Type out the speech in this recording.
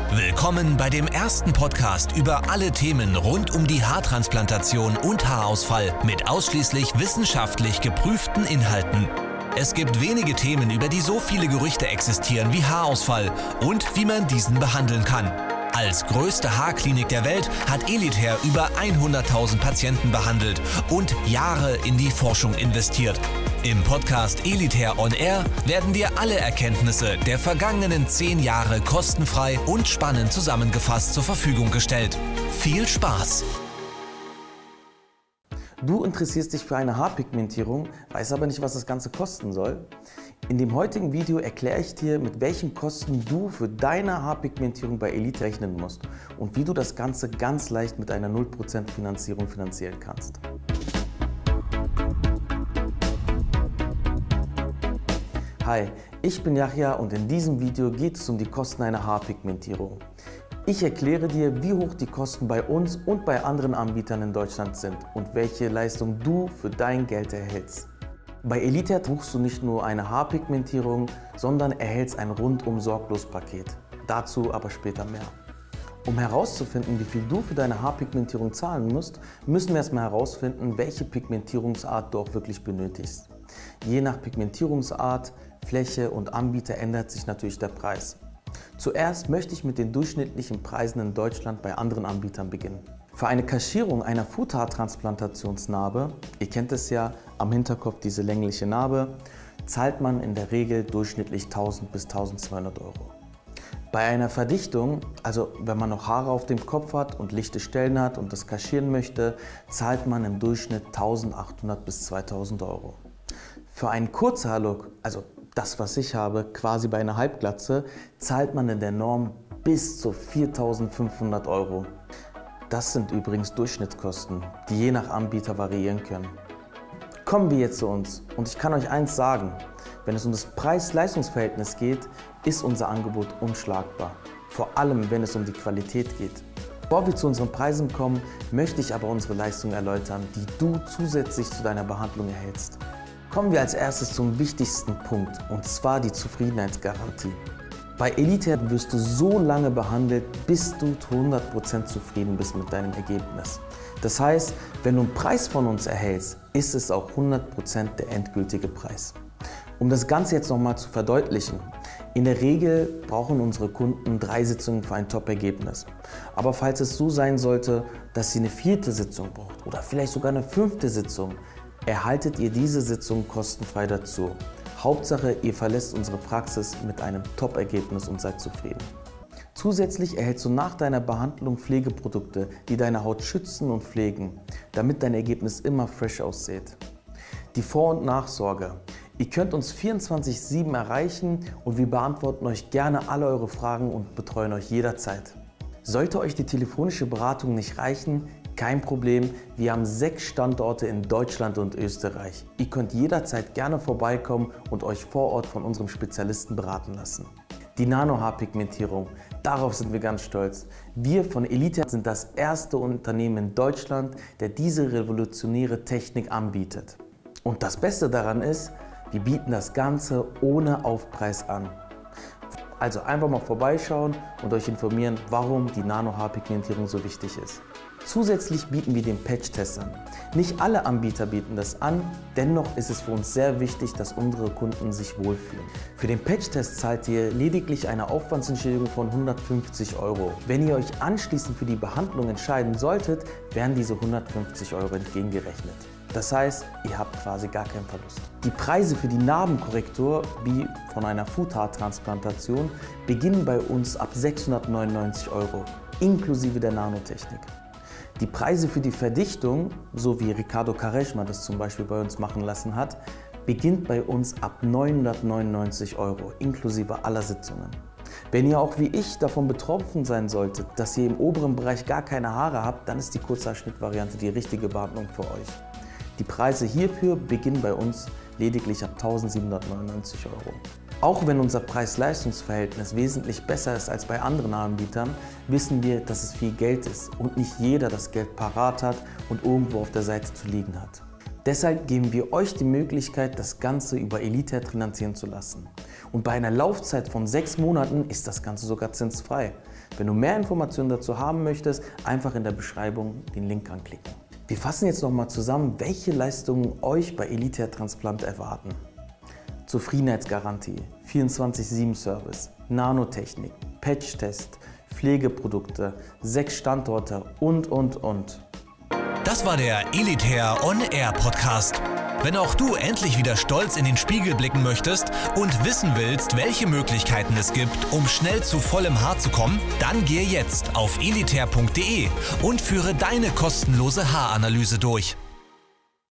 Willkommen bei dem ersten Podcast über alle Themen rund um die Haartransplantation und Haarausfall mit ausschließlich wissenschaftlich geprüften Inhalten. Es gibt wenige Themen, über die so viele Gerüchte existieren wie Haarausfall und wie man diesen behandeln kann. Als größte Haarklinik der Welt hat Elitair über 100.000 Patienten behandelt und Jahre in die Forschung investiert. Im Podcast Elitair On Air werden dir alle Erkenntnisse der vergangenen 10 Jahre kostenfrei und spannend zusammengefasst zur Verfügung gestellt. Viel Spaß! Du interessierst dich für eine Haarpigmentierung, weißt aber nicht, was das Ganze kosten soll? In dem heutigen Video erkläre ich dir, mit welchen Kosten du für deine Haarpigmentierung bei Elitair rechnen musst und wie du das Ganze ganz leicht mit einer 0% Finanzierung finanzieren kannst. Hi, ich bin Yahya und in diesem Video geht es um die Kosten einer Haarpigmentierung. Ich erkläre dir, wie hoch die Kosten bei uns und bei anderen Anbietern in Deutschland sind und welche Leistung du für dein Geld erhältst. Bei Elitair buchst du nicht nur eine Haarpigmentierung, sondern erhältst ein Rundum-Sorglos-Paket. Dazu aber später mehr. Um herauszufinden, wie viel du für deine Haarpigmentierung zahlen musst, müssen wir erstmal herausfinden, welche Pigmentierungsart du auch wirklich benötigst. Je nach Pigmentierungsart, Fläche und Anbieter ändert sich natürlich der Preis. Zuerst möchte ich mit den durchschnittlichen Preisen in Deutschland bei anderen Anbietern beginnen. Für eine Kaschierung einer Fußhaartransplantationsnarbe, ihr kennt es ja, am Hinterkopf diese längliche Narbe, zahlt man in der Regel durchschnittlich 1.000 bis 1.200 Euro. Bei einer Verdichtung, also wenn man noch Haare auf dem Kopf hat und lichte Stellen hat und das kaschieren möchte, zahlt man im Durchschnitt 1.800 bis 2.000 Euro. Für einen Kurzhaarlook, also das, was ich habe, quasi bei einer Halbglatze, zahlt man in der Norm bis zu 4.500 Euro. Das sind übrigens Durchschnittskosten, die je nach Anbieter variieren können. Kommen wir jetzt zu uns und ich kann euch eins sagen, wenn es um das Preis-Leistungs-Verhältnis geht, ist unser Angebot unschlagbar. Vor allem, wenn es um die Qualität geht. Bevor wir zu unseren Preisen kommen, möchte ich aber unsere Leistung erläutern, die du zusätzlich zu deiner Behandlung erhältst. Kommen wir als erstes zum wichtigsten Punkt, und zwar die Zufriedenheitsgarantie. Bei Elitair wirst du so lange behandelt, bis du 100% zufrieden bist mit deinem Ergebnis. Das heißt, wenn du einen Preis von uns erhältst, ist es auch 100% der endgültige Preis. Um das Ganze jetzt nochmal zu verdeutlichen, in der Regel brauchen unsere Kunden 3 Sitzungen für ein Top-Ergebnis. Aber falls es so sein sollte, dass sie eine 4. Sitzung braucht oder vielleicht sogar eine 5. Sitzung, erhaltet ihr diese Sitzung kostenfrei dazu. Hauptsache, ihr verlässt unsere Praxis mit einem Top-Ergebnis und seid zufrieden. Zusätzlich erhältst du nach deiner Behandlung Pflegeprodukte, die deine Haut schützen und pflegen, damit dein Ergebnis immer fresh aussieht. Die Vor- und Nachsorge. Ihr könnt uns 24/7 erreichen und wir beantworten euch gerne alle eure Fragen und betreuen euch jederzeit. Sollte euch die telefonische Beratung nicht reichen, kein Problem, wir haben 6 Standorte in Deutschland und Österreich. Ihr könnt jederzeit gerne vorbeikommen und euch vor Ort von unserem Spezialisten beraten lassen. Die Nanohaarpigmentierung, darauf sind wir ganz stolz. Wir von Elitair sind das erste Unternehmen in Deutschland, der diese revolutionäre Technik anbietet. Und das Beste daran ist, wir bieten das Ganze ohne Aufpreis an. Also einfach mal vorbeischauen und euch informieren, warum die Nanohaarpigmentierung so wichtig ist. Zusätzlich bieten wir den Patch-Test an. Nicht alle Anbieter bieten das an, dennoch ist es für uns sehr wichtig, dass unsere Kunden sich wohlfühlen. Für den Patch-Test zahlt ihr lediglich eine Aufwandsentschädigung von 150 Euro. Wenn ihr euch anschließend für die Behandlung entscheiden solltet, werden diese 150 Euro entgegengerechnet. Das heißt, ihr habt quasi gar keinen Verlust. Die Preise für die Narbenkorrektur, wie von einer Fußhaartransplantation, beginnen bei uns ab 699 Euro, inklusive der Nanotechnik. Die Preise für die Verdichtung, so wie Ricardo Quaresma das zum Beispiel bei uns machen lassen hat, beginnt bei uns ab 999 Euro, inklusive aller Sitzungen. Wenn ihr auch wie ich davon betroffen sein solltet, dass ihr im oberen Bereich gar keine Haare habt, dann ist die Kurzhaarschnittvariante die richtige Behandlung für euch. Die Preise hierfür beginnen bei uns lediglich ab 1.799 Euro. Auch wenn unser Preis-Leistungs-Verhältnis wesentlich besser ist als bei anderen Anbietern, wissen wir, dass es viel Geld ist und nicht jeder das Geld parat hat und irgendwo auf der Seite zu liegen hat. Deshalb geben wir euch die Möglichkeit, das Ganze über Elite finanzieren zu lassen. Und bei einer Laufzeit von 6 Monaten ist das Ganze sogar zinsfrei. Wenn du mehr Informationen dazu haben möchtest, einfach in der Beschreibung den Link anklicken. Wir fassen jetzt nochmal zusammen, welche Leistungen euch bei Elite Transplant erwarten. Zufriedenheitsgarantie, 24/7-Service, Nanotechnik, Patch-Test, Pflegeprodukte, 6 Standorte und. Das war der Elitair On Air Podcast. Wenn auch du endlich wieder stolz in den Spiegel blicken möchtest und wissen willst, welche Möglichkeiten es gibt, um schnell zu vollem Haar zu kommen, dann gehe jetzt auf elitair.de und führe deine kostenlose Haaranalyse durch.